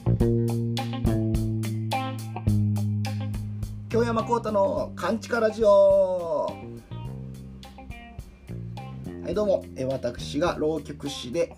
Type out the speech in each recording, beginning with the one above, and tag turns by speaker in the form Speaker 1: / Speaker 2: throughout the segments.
Speaker 1: 京山幸太のカンチカラジオ。はい、どうも、私が浪曲師で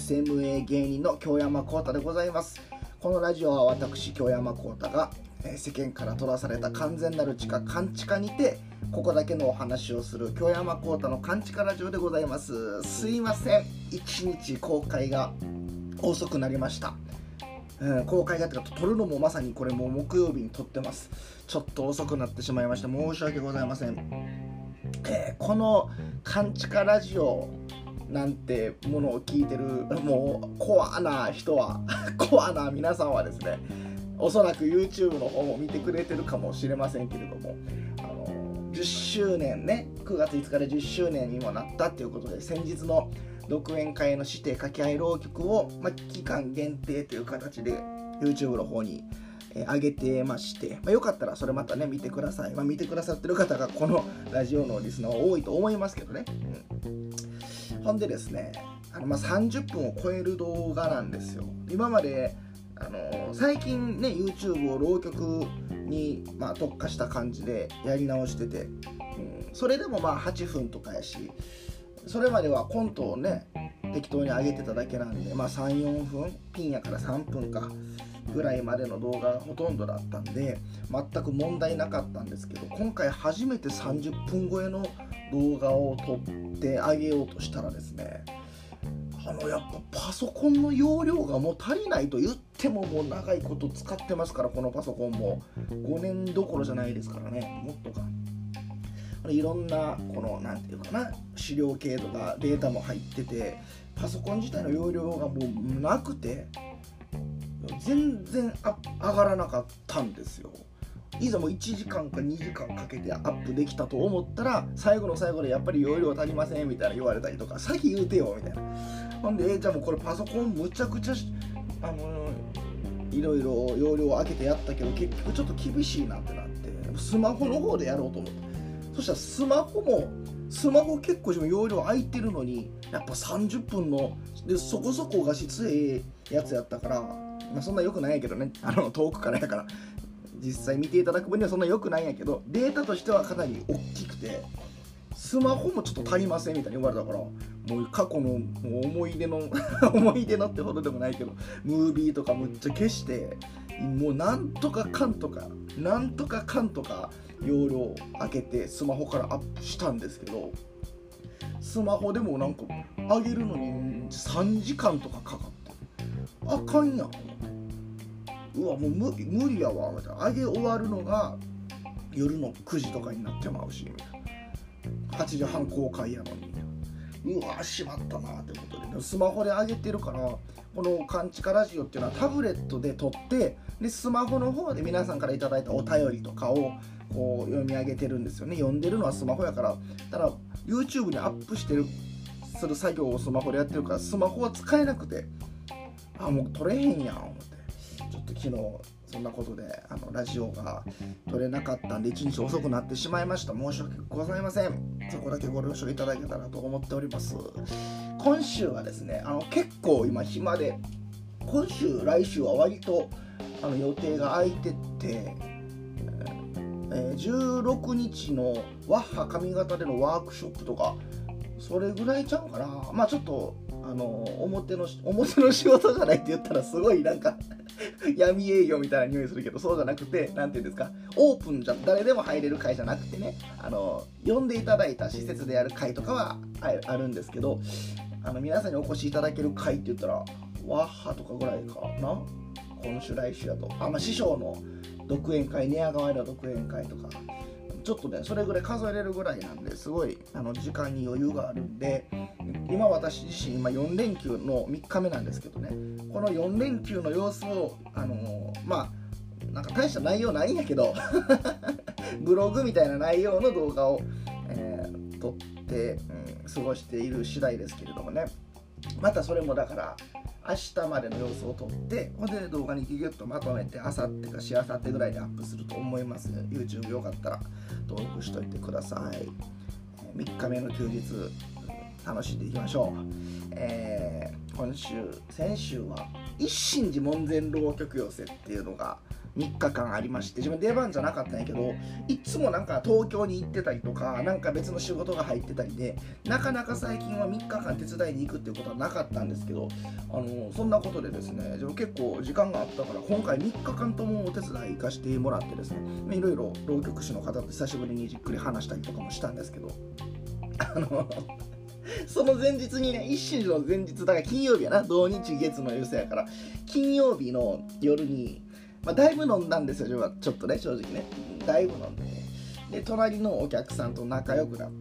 Speaker 1: SMA 芸人の京山幸太でございます。このラジオは私京山幸太が世間から取らされた完全なる地下カンチカにてここだけのお話をする京山幸太のカンチカラジオでございます。すいません、1日公開が遅くなりました。公開がというか撮るのもまさにこれもう木曜日に撮ってます。ちょっと遅くなってしまいました申し訳ございません。このカンチカラジオなんてものを聞いてるもうコアな人はコアな皆さんはですね、おそらく YouTube の方も見てくれてるかもしれませんけれども、10周年ね、9月5日で10周年にもなったということで、先日の独演会の指定掛け合い浪曲を、期間限定という形で YouTube の方に上げてまして、よかったらそれまたね見てください。見てくださってる方がこのラジオのリスナーは多いと思いますけどね、ほんでですね、30分を超える動画なんですよ。今まで最近ね YouTube を浪曲に、特化した感じでやり直してて、それでも8分とかやし、それまではコントをね適当に上げてただけなんで、3、4分ピンやから3分かぐらいまでの動画がほとんどだったんで全く問題なかったんですけど、今回初めて30分超えの動画を撮ってあげようとしたらですね、やっぱパソコンの容量がもう足りないと言ってももう長いこと使ってますから、このパソコンも5年どころじゃないですからね、もっとか。いろんなこのなんていうかな、資料系とかデータも入ってて、パソコン自体の容量がもうなくて全然上がらなかったんですよ。いざもう1時間か2時間かけてアップできたと思ったら、最後の最後でやっぱり容量足りませんみたいな言われたりとか、先言うてよみたいな。ほんでじゃあもうこれパソコンむちゃくちゃいろいろ容量を上げてやったけど結局ちょっと厳しいなってなって、スマホの方でやろうと思って、そしたらスマホ結構容量空いてるのにやっぱ30分のでそこそこ画質ええやつやったから、そんな良くないんやけどね、遠くからやから実際見ていただく分にはそんな良くないんやけど、データとしてはかなり大きくてスマホもちょっと足りませんみたいに言われたから、もう過去のもう思い出の思い出のってほどでもないけどムービーとかむっちゃ消して、もうなんとかかんとか容量開けてスマホからアップしたんですけど、スマホでもなんか上げるのに3時間とかかかって、あかんやん、うわもう無理やわみたいな、上げ終わるのが夜の9時とかになってまうしみたいな、8時半公開やのに、うわしまったなってことで、スマホで上げてるから、このカンチカラジオっていうのはタブレットで撮って、でスマホの方で皆さんからいただいたお便りとかをこう読み上げてるんですよね。読んでるのはスマホやから、ただ YouTube にアップしてるする作業をスマホでやってるからスマホは使えなくて、もう撮れへんやん思って、ちょっと昨日そんなことでラジオが撮れなかったんで1日遅くなってしまいました。申し訳ございません。そこだけご了承いただけたらと思っております。今週はですね、結構今暇で、今週来週は割と予定が空いてて、16日のワッハ上方でのワークショップとかそれぐらいちゃうかな。ちょっと表の仕事じゃないって言ったらすごいなんか闇営業みたいな匂いするけど、そうじゃなくて、なんていうんですか、オープンじゃ誰でも入れる会じゃなくてね、呼んでいただいた施設でやる会とかはあるんですけど、皆さんにお越しいただける会って言ったらワッハとかぐらいかな。今週来週だと師匠の独演会、寝屋川の独演会とかちょっとねそれぐらい数えれるぐらいなんで、すごい時間に余裕があるんで、今私自身今4連休の3日目なんですけどね、この4連休の様子をなんか大した内容ないんやけどブログみたいな内容の動画を、撮って、過ごしている次第ですけれどもね、またそれもだから明日までの様子を撮って、ほんで動画にギュギュッとまとめて、あさってかしあさってぐらいにアップすると思います。 YouTube よかったら登録しといてください。3日目の休日楽しんでいきましょう。先週は一心寺門前浪曲寄せっていうのが3日間ありまして、自分出番じゃなかったんやけど、いつもなんか東京に行ってたりとか、なんか別の仕事が入ってたりで、なかなか最近は3日間手伝いに行くっていうことはなかったんですけど、そんなことでですね、自分結構時間があったから、今回3日間ともお手伝い行かしてもらってですね、いろいろ浪曲師の方と久しぶりにじっくり話したりとかもしたんですけど、その前日にね、一心寺の前日だから金曜日やな、土日月の寄せやから、金曜日の夜に、だいぶ飲んだんですよ、自分はちょっとね、正直ね。だいぶ飲んでね。で、隣のお客さんと仲良くなって、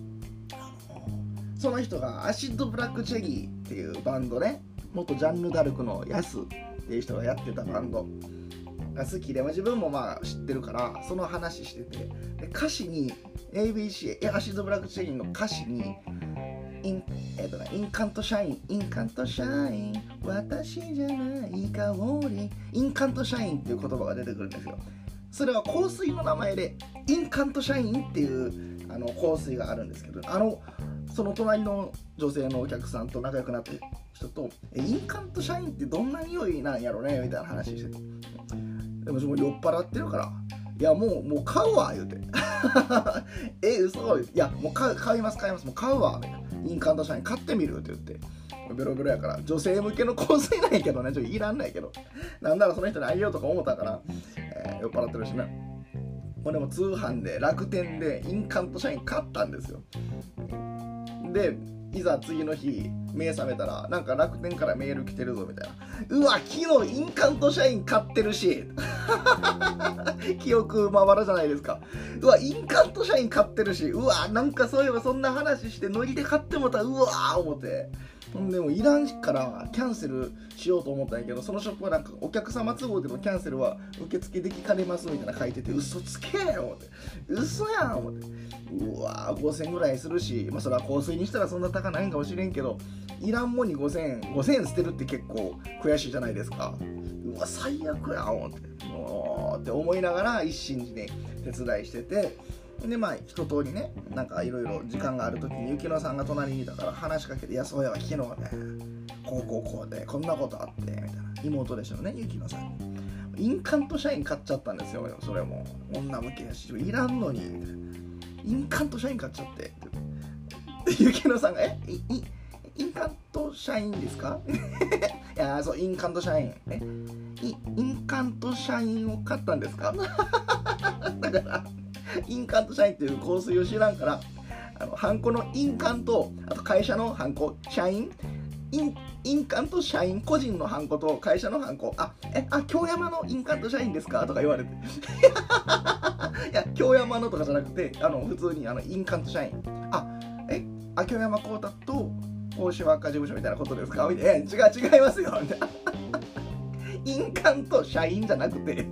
Speaker 1: その人がアシッドブラックチェリーっていうバンドね、元ジャンヌ・ダルクのヤスっていう人がやってたバンドが好きで、自分も知ってるから、その話してて、で歌詞に、ABC、アシッドブラックチェリーの歌詞に、インカントシャイン、インカントシャイン、私じゃない香り、インカントシャインっていう言葉が出てくるんですよ。それは香水の名前で、インカントシャインっていう香水があるんですけど、その隣の女性のお客さんと仲良くなった人と、インカントシャインってどんな匂いなんやろねみたいな話してて、でも酔っ払ってるから、いやもう買うわ言うて嘘、いやもう買いますもう買うわみたいな、インカントシャイン買ってみるって言って、ベロベロやから女性向けの香水なんやけどね、ちょっといらんないけど、なんならその人にあげようとか思ったから、酔っ払ってるしね。これも通販で楽天でインカントシャイン買ったんですよ。でいざ次の日目覚めたら、なんか楽天からメール来てるぞみたいな、うわ昨日インカントシャイン買ってるし記憶まばらじゃないですか。うわインカントシャイン買ってるし、うわなんかそういえばそんな話してノリで買ってもた、うわー思って、でもいらんからキャンセルしようと思ったんやけど、そのショップはなんかお客様都合でのキャンセルは受付できかねますみたいな書いてて、嘘つけよ思って、嘘やん思って、うわー5000円ぐらいするし、それは香水にしたらそんな高ないんかもしれんけど、いらんもんに5000円捨てるって結構悔しいじゃないですか。うわ最悪や思って、もうって思いながら一心寺で手伝いしてて、で一通りね、なんかいろいろ時間がある時に雪乃さんが隣にいたから話しかけて、いやそういえば昨日ねこうでこんなことあってみたいな、妹でしょうね雪乃さんにインカントシャイン買っちゃったんですよ。それも女向けやしいらんのにインカントシャイン買っちゃって雪乃さんがインカントシャインですかいやそうインカントシャインインカントシャインを買ったんですかだからインカント社員っていう香水を知らんから、ハンコの印鑑と、あと会社のハンコ、社員、印鑑と社員、個人のハンコと会社のハンコ、京山の印鑑と社員ですかとか言われて、いや、京山のとかじゃなくて、普通に印鑑と社員、京山幸太と大島赤事務所みたいなことですかみたいな、違いますよみたいな。印鑑と社員じゃなくて。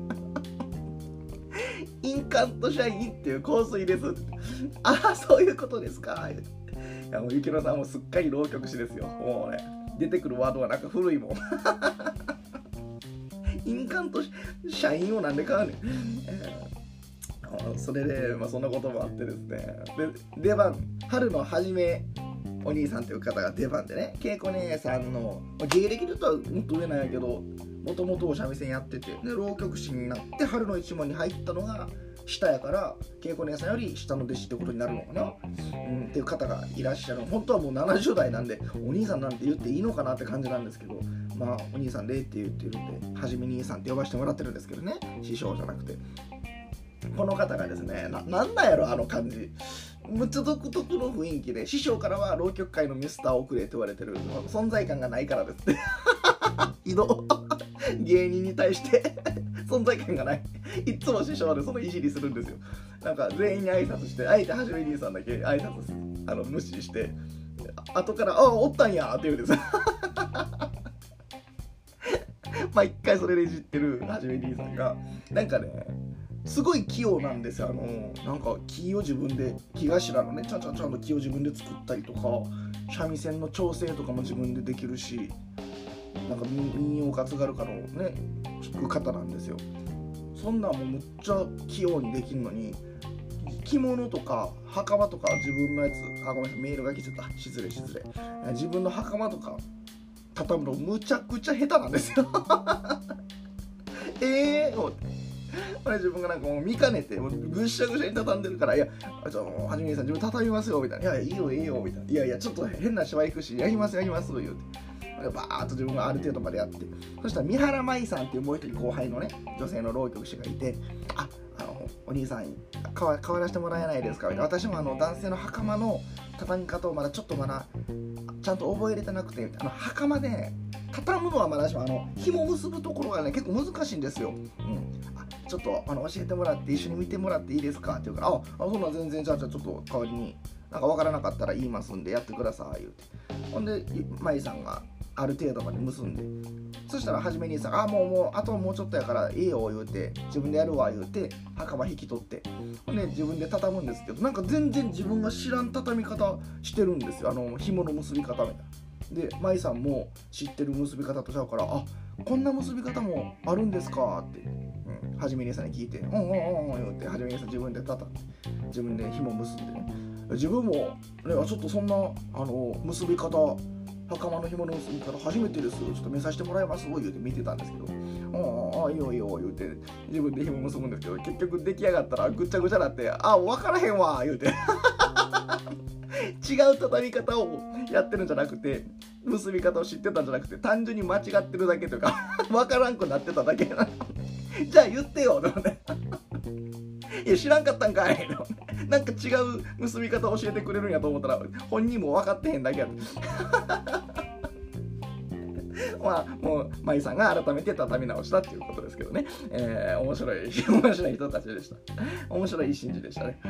Speaker 1: インカントシャインっていう香水です。そういうことですか。いやもう雪乃さんもすっかり浪曲師ですよ。もうね、出てくるワードはなんか古いもん。インカントシャインをなんで買うねん。それで、そんなこともあってですね。で、出番、春の初めお兄さんという方が出番でね、恵子姉さんの芸歴で言うともっと上なんやけど、もともとお三味線やってて、で浪曲師になって春の一門に入ったのが下やから、恵子姉さんより下の弟子ってことになるのかな、っていう方がいらっしゃる。本当はもう70代なんでお兄さんなんて言っていいのかなって感じなんですけど、お兄さんでって言ってるんで、はじめ兄さんって呼ばせてもらってるんですけどね、師匠じゃなくて。この方がですね、なんやろあの感じ、むっちゃ独特の雰囲気で、師匠からは浪曲界のミスター遅れって言われてる、存在感がないからですってひど芸人に対して存在感がない。いつも師匠でそのいじりするんですよ。なんか全員に挨拶して、あえてはじめ兄さんだけ挨拶無視して、後からおったんやって言うんですよ。一回それでいじってるはじめ兄さんがなんかね、すごい器用なんですよ。なんか木を自分で、木頭のね、ちゃんと木を自分で作ったりとか、三味線の調整とかも自分でできるし、なんか民謡担がるかのね、弾く方なんですよ。そんなんもむっちゃ器用にできるのに、着物とか袴とか自分のやつ、ごめんなさい、メールが来ちゃった。失礼。自分の袴とか畳むのむちゃくちゃ下手なんですよ思ってこれ自分がなんかもう見かねてもうぐっしゃぐしゃに畳んでるから、いやはじめにさん自分畳みますよみたいな、いやいいよみたいな、いやちょっと変な芝居行くしやります言うてバーッと自分がある程度までやって、そしたら三原舞さんっていうもう一人後輩のね女性の浪曲師がいて、お兄さん変わらせてもらえないですかみたいな、私も男性の袴の畳み方をまだちゃんと覚えれてなくて、袴で、ね、畳むのはまだしも紐結ぶところがね結構難しいんですよ、ちょっと教えてもらって一緒に見てもらっていいですかって言うから、そんな全然じゃあちょっと代わりになんか分からなかったら言いますんでやってください言うて、ほんで舞さんがある程度まで結んで、そしたらはじめにさんもうあともうちょっとやからいいよ言うて、自分でやるわ言うて袴引き取って、ほんで自分で畳むんですけど、なんか全然自分が知らん畳み方してるんですよ、紐の結び方みたいな。で舞さんも知ってる結び方とちゃうから、こんな結び方もあるんですかって、はじめにさんに聞いて、言うて、はじめにさん自分で畳んで自分で紐結んでね、自分も、ね、ちょっとそんな結び方、袴の紐の結び方初めてです、ちょっと見させてもらいます言うて見てたんですけど、いいよ言うて自分で紐結ぶんですけど、結局出来上がったらぐっちゃぐちゃなって、分からへんわ言うて違う畳み方をやってるんじゃなくて、結び方を知ってたんじゃなくて、単純に間違ってるだけというか分からんくなってただけなじゃあ言ってよと思っていや知らんかったんかいなんか違う結び方を教えてくれるんやと思ったら本人も分かってへんだけやもう舞さんが改めて畳み直したっていうことですけどね、面白い人たちでした。面白い一日でしたね。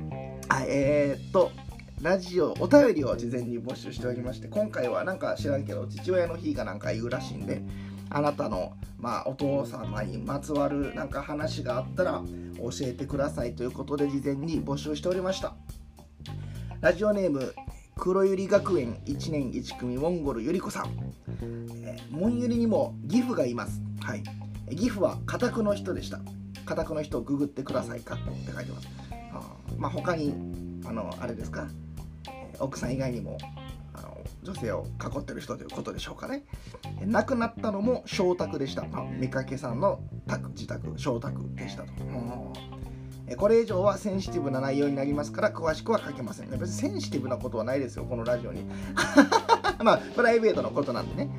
Speaker 1: ラジオお便りを事前に募集しておりまして、今回はなんか知らんけど父親の日がなんか言うらしいんで、あなたのお父様にまつわるなんか話があったら教えてくださいということで事前に募集しておりました。ラジオネーム黒百合学園1年1組モンゴルゆり子さん、モンユリにも義父がいます。はい、義父は家宅の人でした。家宅の人をググってくださいかって書いてます。他にあれですか、奥さん以外にも女性を囲ってる人ということでしょうかね。亡くなったのも妾宅でした。妾さんの自宅妾宅でしたと。これ以上はセンシティブな内容になりますから詳しくは書けません。別にセンシティブなことはないですよこのラジオにプライベートのことなんでね。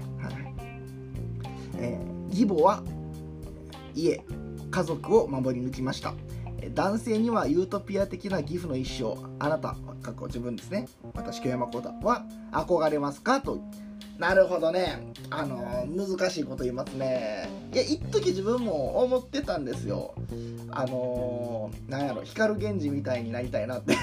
Speaker 1: 義母は家族を守り抜きました。男性にはユートピア的な義父の一生、あなた自分ですね、私清山幸太は憧れますかと。なるほどね、難しいこと言いますね。いや一時自分も思ってたんですよ。なんやろ、光源氏みたいになりたいなって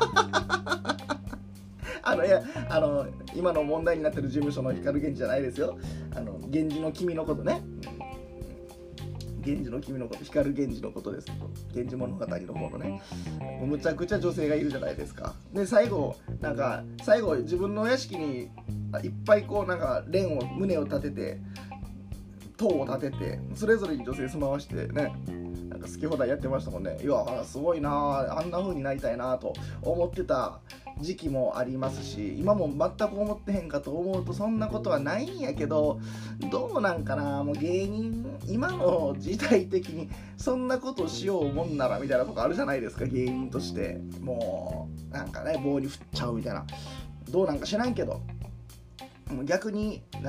Speaker 1: 今の問題になってる事務所の光源氏じゃないですよ。源氏の君のことね、源氏の君のこと、光源氏のことですけど、源氏物語の方のね、むちゃくちゃ女性がいるじゃないですか。で最後自分の屋敷にいっぱいこうなんか胸を立てて塔を立ててそれぞれに女性住まわしてね、なんか好き放題やってましたもんね。いやすごいな、あんな風になりたいなと思ってた時期もありますし、今も全く思ってへんかと思うとそんなことはないんやけど、どうなんかな、もう芸人今の時代的にそんなことしようもんならみたいなとこあるじゃないですか。芸人としてもうなんかね棒に振っちゃうみたいな、どうなんか知らんけど、もう逆にも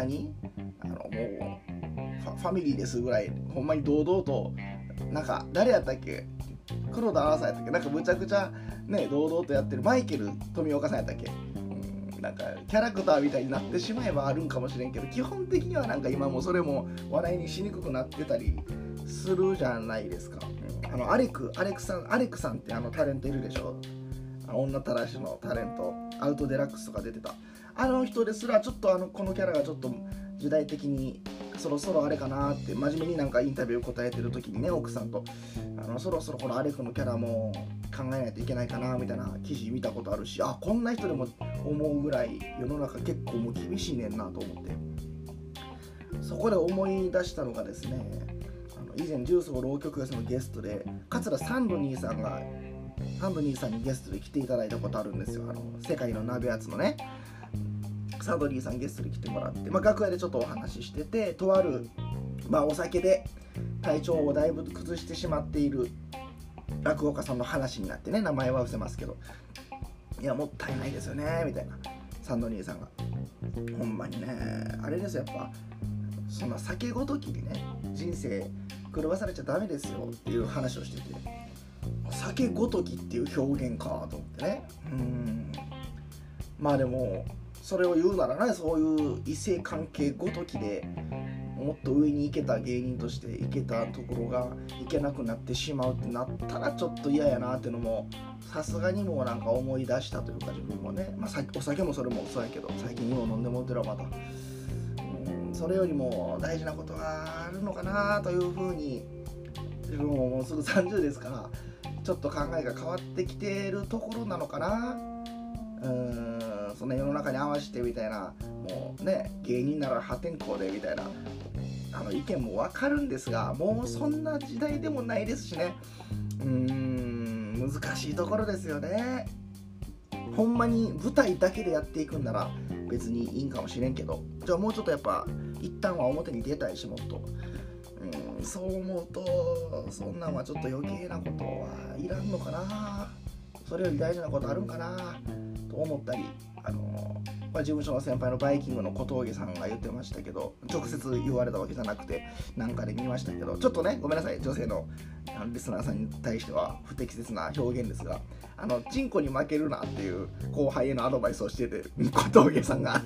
Speaker 1: うファミリーですぐらいほんまに堂々と、なんか誰やったっけ、黒田アナさんやったっけ、なんかむちゃくちゃね堂々とやってるマイケル富岡さんやったっけ、なんかキャラクターみたいになってしまえばあるんかもしれんけど、基本的にはなんか今もそれも話題にしにくくなってたりするじゃないですか。アレクさんってタレントいるでしょ、女たらしのタレント、アウトデラックスとか出てた人ですらちょっとこのキャラがちょっと時代的にそろそろあれかなって真面目になんかインタビュー答えてる時にね、奥さんとそろそろこのアレクのキャラも考えないといけないかなみたいな記事見たことあるし、こんな人でも思うぐらい世の中結構もう厳しいねんなと思って、そこで思い出したのがですね、以前重曹浪曲寄せのゲストで桂サンドニーさんにゲストで来ていただいたことあるんですよ。世界の鍋やつのね、 サドリーさんゲストに来てもらって、楽屋でちょっとお話ししてて、とある、お酒で体調をだいぶ崩してしまっている落語家さんの話になってね、名前は伏せますけど、いやもったいないですよねみたいな、サンド兄さんがほんまにね、あれですよ、やっぱそんな酒ごときにね人生狂わされちゃダメですよっていう話をしてて、酒ごときっていう表現かと思ってね。でもそれを言うならね、そういう異性関係ごときでもっと上に行けた芸人として行けたところが行けなくなってしまうってなったらちょっと嫌やなっていうのもさすがにもうなんか思い出したというか、自分もね、お酒もそれもそうやけど、最近よう飲んでもうてるわまた。それよりも大事なことがあるのかなというふうに、自分ももうすぐ30ですからちょっと考えが変わってきてるところなのかな。その世の中に合わせてみたいな、もうね芸人なら破天荒でみたいな意見も分かるんですが、もうそんな時代でもないですしね。難しいところですよね。ほんまに舞台だけでやっていくんなら別にいいんかもしれんけど、じゃあもうちょっとやっぱ一旦は表に出たいし、もっとそう思うとそんなんはちょっと余計なことはいらんのかな、それより大事なことあるんかなと思ったり、事務所の先輩のバイキングの小峠さんが言ってましたけど、直接言われたわけじゃなくてなんかで見ましたけど、ちょっとねごめんなさい、女性のリスナーさんに対しては不適切な表現ですが、チンコに負けるなっていう後輩へのアドバイスをしてて、小峠さんが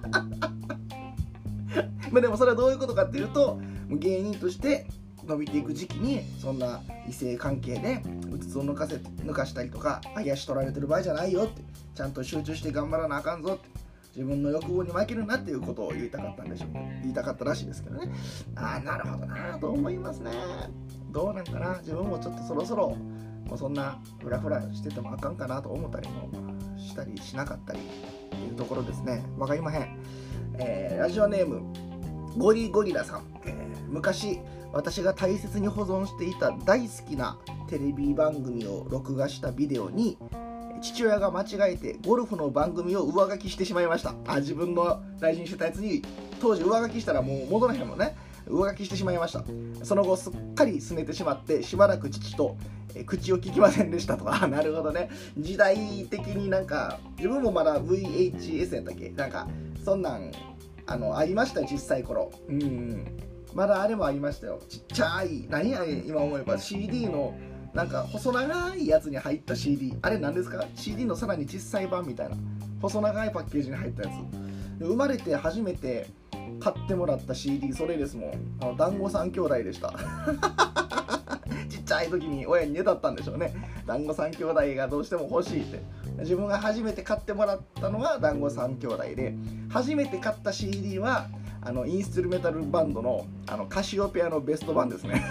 Speaker 1: でもそれはどういうことかっていうと、芸人として伸びていく時期にそんな異性関係でうつつを抜かしたりとか揚げ足取られてる場合じゃないよって、ちゃんと集中して頑張らなあかんぞって、自分の欲望に負けるなっていうことを言いたかったんでしょうね。言いたかったらしいですけどね。なるほどなと思いますね。どうなんかな、自分もちょっとそろそろもうそんなフラフラしててもあかんかなと思ったりもしたりしなかったりっていうところですね。わかりまへん。ラジオネームゴリゴリラさん、昔私が大切に保存していた大好きなテレビ番組を録画したビデオに父親が間違えてゴルフの番組を上書きしてしまいました。自分の大事にしてたやつに当時上書きしたらもう戻らへんもんね。上書きしてしまいました。その後すっかり拗ねてしまってしばらく父と口を聞きませんでしたとか。なるほどね、時代的になんか自分もまだ VHS やったっけ、なんかそんなんありましたよ、小さい頃。まだあれもありましたよ、ちっちゃい、何あれ今思えば CD のなんか細長いやつに入った CD、 あれ何ですか、 CD のさらに小さい版みたいな細長いパッケージに入ったやつ、生まれて初めて買ってもらった CD それですもん。団子三兄弟でしたちっちゃい時に親にねだったんでしょうね。団子三兄弟がどうしても欲しいって。自分が初めて買ってもらったのが団子三兄弟で、初めて買った CD はインストゥルメタルバンドのカシオペアのベスト版ですね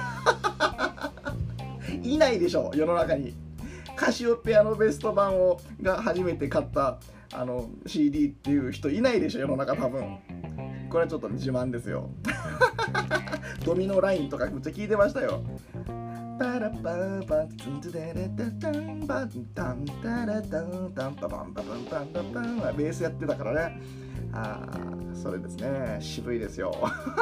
Speaker 1: いないでしょ世の中にカシオペアのベスト版が初めて買ったCD っていう人いないでしょ世の中多分。これはちょっと自慢ですよドミノラインとかめっちゃ聞いてましたよ。パラパンパンツンツデレタタンバンタンタラタンタンパパンパパンパンパパンはベースやってたからね。それですね、渋いですよ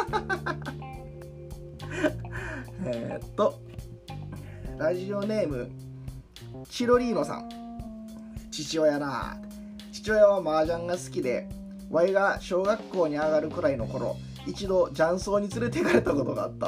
Speaker 1: ラジオネームチロリーノさん。父親は麻雀が好きで、ワイが小学校に上がるくらいの頃一度雀荘に連れて行かれたことがあった。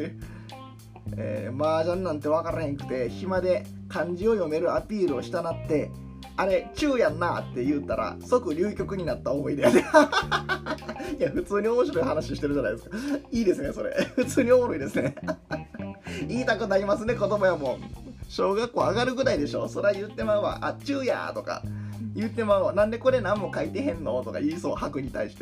Speaker 1: 麻雀なんて分からへんくて暇で漢字を読めるアピールをしたなって、あれ中やんなって言ったら即流局になった思い出やでいや普通に面白い話してるじゃないですか。いいですねそれ普通におもろいですね言いたくなりますね、子供やもん。小学校上がるぐらいでしょ、そら言ってまうわ。中やとか言ってまうわ。なんでこれ何も書いてへんのとか言いそう、白に対して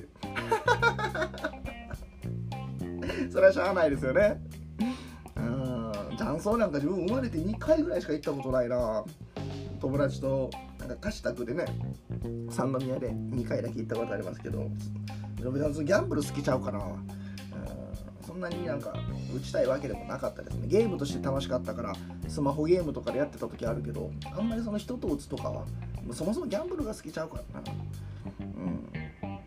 Speaker 1: それはしゃあないですよね。雀荘なんか自分生まれて2回ぐらいしか行ったことないな。友達となんか貸し宅でね、三宮で2回だけ行ったことありますけど、ギャンブル好きちゃうかな。そんなになんか打ちたいわけでもなかったですね。ゲームとして楽しかったからスマホゲームとかでやってた時あるけど、あんまりその人と打つとかはそもそもギャンブルが好きちゃうからな。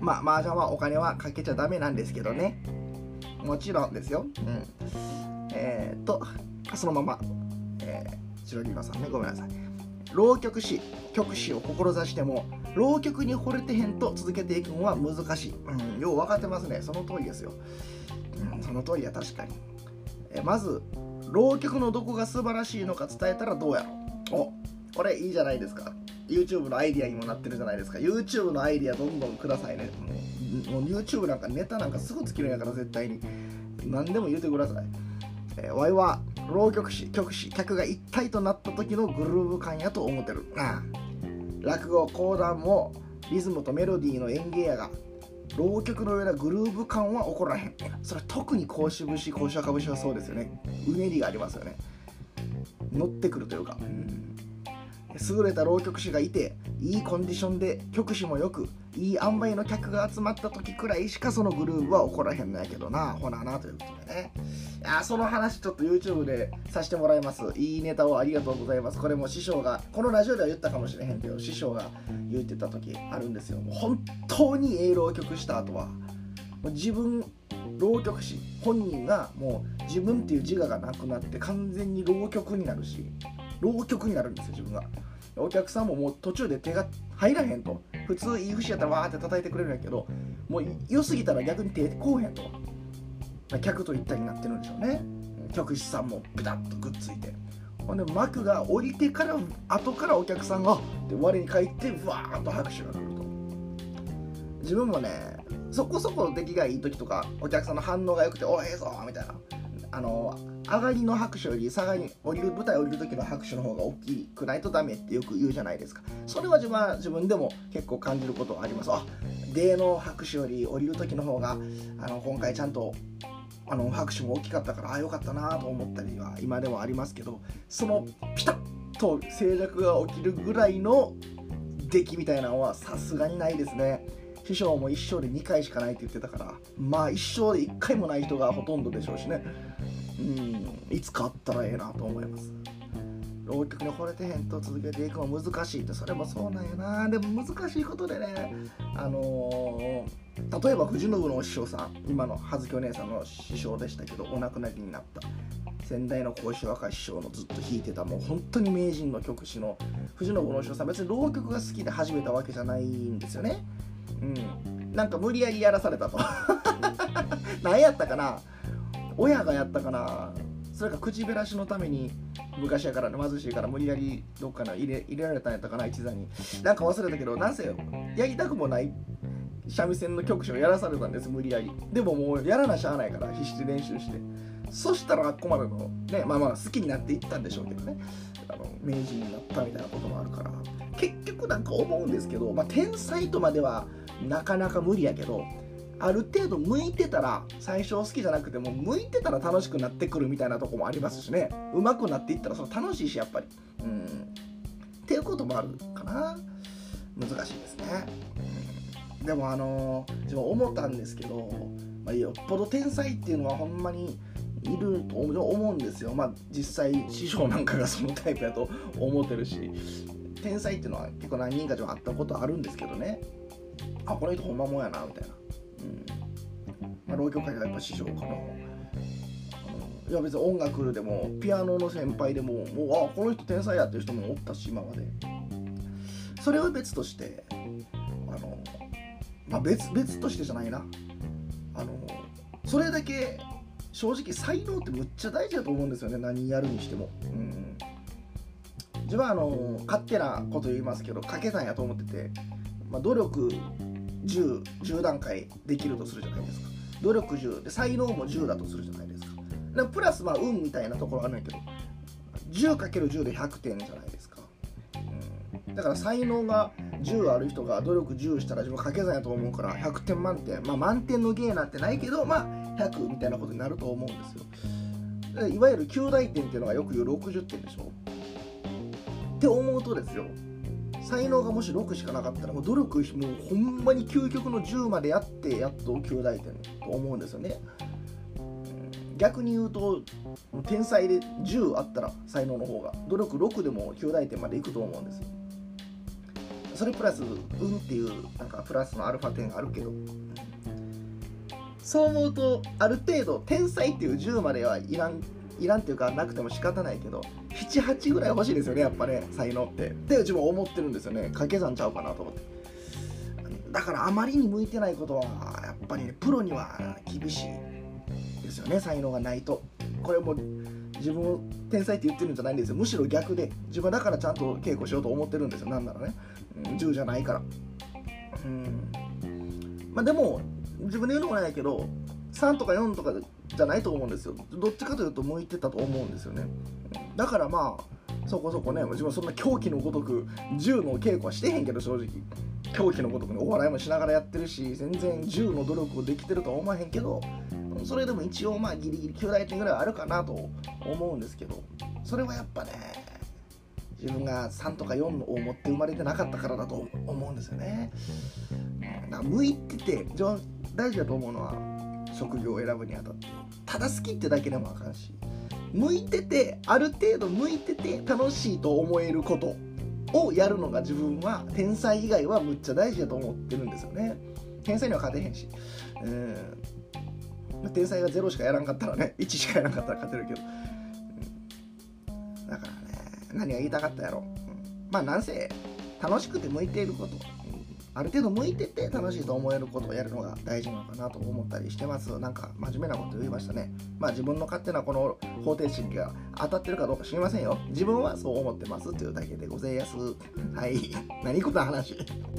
Speaker 1: 麻雀はお金はかけちゃダメなんですけどね、もちろんですよ。そのまま、白リーマさんね、ごめんなさい。浪曲師、曲師を志しても浪曲に惚れてへんと続けていくのは難しい。よう分かってますね。その通りですよ。その通りや、確かに。まず浪曲のどこが素晴らしいのか伝えたらどうやろ。これいいじゃないですか。 YouTube のアイディアにもなってるじゃないですか。 YouTube のアイディアどんどんくださいね。もう YouTube なんかネタなんかすぐ尽きるんやから、絶対に何でも言うてください。わいは浪曲師、曲師、客が一体となった時のグルーヴ感やと思ってる。落語、講談もリズムとメロディーの演芸やが、浪曲のようなグルーヴ感は起こらへん。それは特に甲子節、甲子赤節はそうですよね。うねりがありますよね。乗ってくるというか、優れた浪曲師がいて、いいコンディションで曲師もよく、いい塩梅の客が集まった時くらいしかそのグルーヴは起こらへんのやけどな、ほなな、ということでね。その話ちょっと YouTube でさせてもらいます。いいネタをありがとうございます。これも師匠が、このラジオでは言ったかもしれへんけど、師匠が言ってた時あるんですよ。もう本当に浪曲した後は、もう自分、浪曲師本人がもう自分っていう自我がなくなって完全に浪曲になるし、浪曲になるんですよ、自分が。お客さんももう途中で手が入らへんと。普通いい節やったらわーって叩いてくれるんやけど、もう良すぎたら逆に手こうへんと。客と一体になってるんでしょうね。曲師さんもピタッとくっついて、ほんで幕が降りてから後からお客さんがで我に返ってわーっと拍手が来ると。自分もね、そこそこ出来がいい時とかお客さんの反応が良くて、おいええぞみたいな、上がりの拍手より下がり、舞台降りる時の拍手の方が大きくないとダメってよく言うじゃないですか。それは自分でも結構感じることはあります。出の拍手より降りる時の方が今回ちゃんと拍手も大きかったから良かったなと思ったりは今でもありますけど、そのピタッと静寂が起きるぐらいの出来みたいなのはさすがにないですね。師匠も一生で2回しかないって言ってたから、一生で1回もない人がほとんどでしょうしね。いつかあったらええなと思います。浪曲に惚れてへんと続けていくのは難しいって、それもそうなんやな。でも難しいことでね、例えば藤信のお師匠さん、今の葉月お姉さんの師匠でしたけど、お亡くなりになった先代の甲子若師匠のずっと弾いてた、もう本当に名人の曲師の藤信のお師匠さん、別に浪曲が好きで始めたわけじゃないんですよね。なんか無理やりやらされたと何やったかな、親がやったかな、それか口減らしのために昔やからね、貧しいから無理やりどっかの入れられたんやったかな、一座に。なんか忘れたけど、なんせやりたくもない三味線の曲師をやらされたんです、無理やり。でももうやらなしゃあないから必死で練習して、そしたらあっこまでのね、好きになっていったんでしょうけどね、名人になったみたいなこともあるから、結局なんか思うんですけど、天才とまではなかなか無理やけど、ある程度向いてたら、最初好きじゃなくても向いてたら楽しくなってくるみたいなとこもありますしね。上手くなっていったらそれ楽しいし、やっぱりっていうこともあるかな。難しいですね。でも自分思ったんですけど、よっぽど天才っていうのはほんまにいると思うんですよ。実際師匠なんかがそのタイプやと思ってるし、天才っていうのは結構何人かでも会ったことあるんですけどね、この人ほんまもんやなみたいな。浪曲界がやっぱ師匠かな。いや別に音楽でもピアノの先輩でもこの人天才やっていう人もおったし、今まで。それは別として、別としてじゃないな、それだけ正直才能ってむっちゃ大事だと思うんですよね、何やるにしても。自分は勝手なこと言いますけど掛け算やと思ってて、努力10段階できるとするじゃないですか。努力10で才能も10だとするじゃないですか。でプラス運みたいなところあるんやけど、 10×10 で100点じゃないですか。だから才能が10ある人が努力10したら自分掛け算やと思うから100点満点、満点の芸なんてないけど100みたいなことになると思うんですよ。いわゆる9大点っていうのがよく言う60点でしょって思うとですよ、才能がもし6しかなかったらもう努力もうほんまに究極の10までやってやっと9大点と思うんですよね。逆に言うと天才で10あったら才能の方が努力6でも9大点までいくと思うんですよ。 それプラス運っていうなんかプラスのアルファ点があるけど、そう思うとある程度天才っていう10まではいらんっていうかなくても仕方ないけど 7,8 ぐらい欲しいですよね、やっぱね、才能ってって自分は思ってるんですよね。掛け算ちゃうかなと思って。だからあまりに向いてないことはやっぱりね、プロには厳しいですよね、才能がないと。これも自分を天才って言ってるんじゃないんですよ。むしろ逆で、自分だからちゃんと稽古しようと思ってるんですよ。なんならね、10じゃないから。まあでも自分で言うのもないけど3とか4とかじゃないと思うんですよ。どっちかというと向いてたと思うんですよね。だからまあそこそこね、自分そんな狂気のごとく10の稽古はしてへんけど、正直狂気のごとくお笑いもしながらやってるし、全然10の努力をできてるとは思わへんけど、それでも一応まあギリギリ9大点ぐらいはあるかなと思うんですけど、それはやっぱね、自分が3とか4を持って生まれてなかったからだと思うんですよね。だから向いてて大事だと思うのは、職業を選ぶにあたってただ好きってだけでもあかんし、向いてて、ある程度向いてて楽しいと思えることをやるのが自分は天才以外はむっちゃ大事だと思ってるんですよね。天才には勝てへんし、天才が0しかやらんかったらね、1しかやらんかったら勝てるけど、だからね、何が言いたかったやろ、まあなんせ楽しくて向いていること、ある程度向いてて楽しいと思えることをやるのが大事なのかなと思ったりしてます。なんか真面目なこと言いましたね。まあ自分の勝手なこの方程式が当たってるかどうか知りませんよ。自分はそう思ってますというだけでございます。はい、何この話。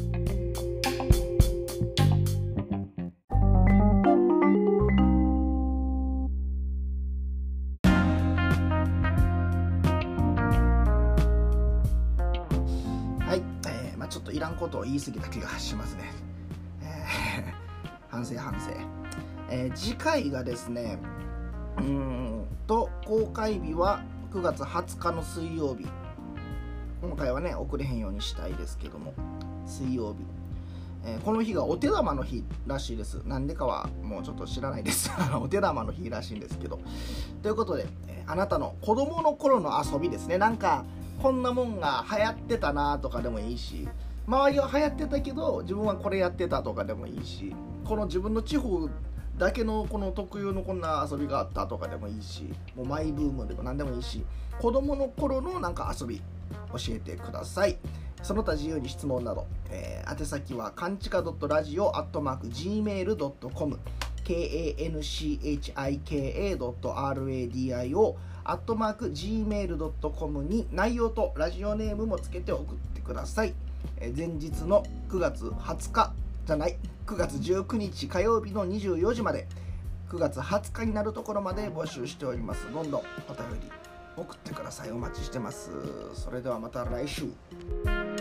Speaker 1: ちょっといらんことを言い過ぎた気がしますね。反省。次回がですね、公開日は9月20日の水曜日。今回はね遅れへんようにしたいですけども、水曜日、この日がお手玉の日らしいです。なんでかはもうちょっと知らないですお手玉の日らしいんですけど、ということで、あなたの子供の頃の遊びですね。なんかこんなもんが流行ってたなとかでもいいし、周りは流行ってたけど自分はこれやってたとかでもいいし、この自分の地方だけのこの特有のこんな遊びがあったとかでもいいし、もうマイブームでも何でもいいし、子供の頃のなんか遊び教えてください。その他自由に質問など、宛先はかんちか.radio@gmail.com kanchika.radio@gmail.com に内容とラジオネームもつけて送ってください。前日の9月19日火曜日の24時まで、9月20日になるところまで募集しております。どんどんお便り送ってください。お待ちしてます。それではまた来週。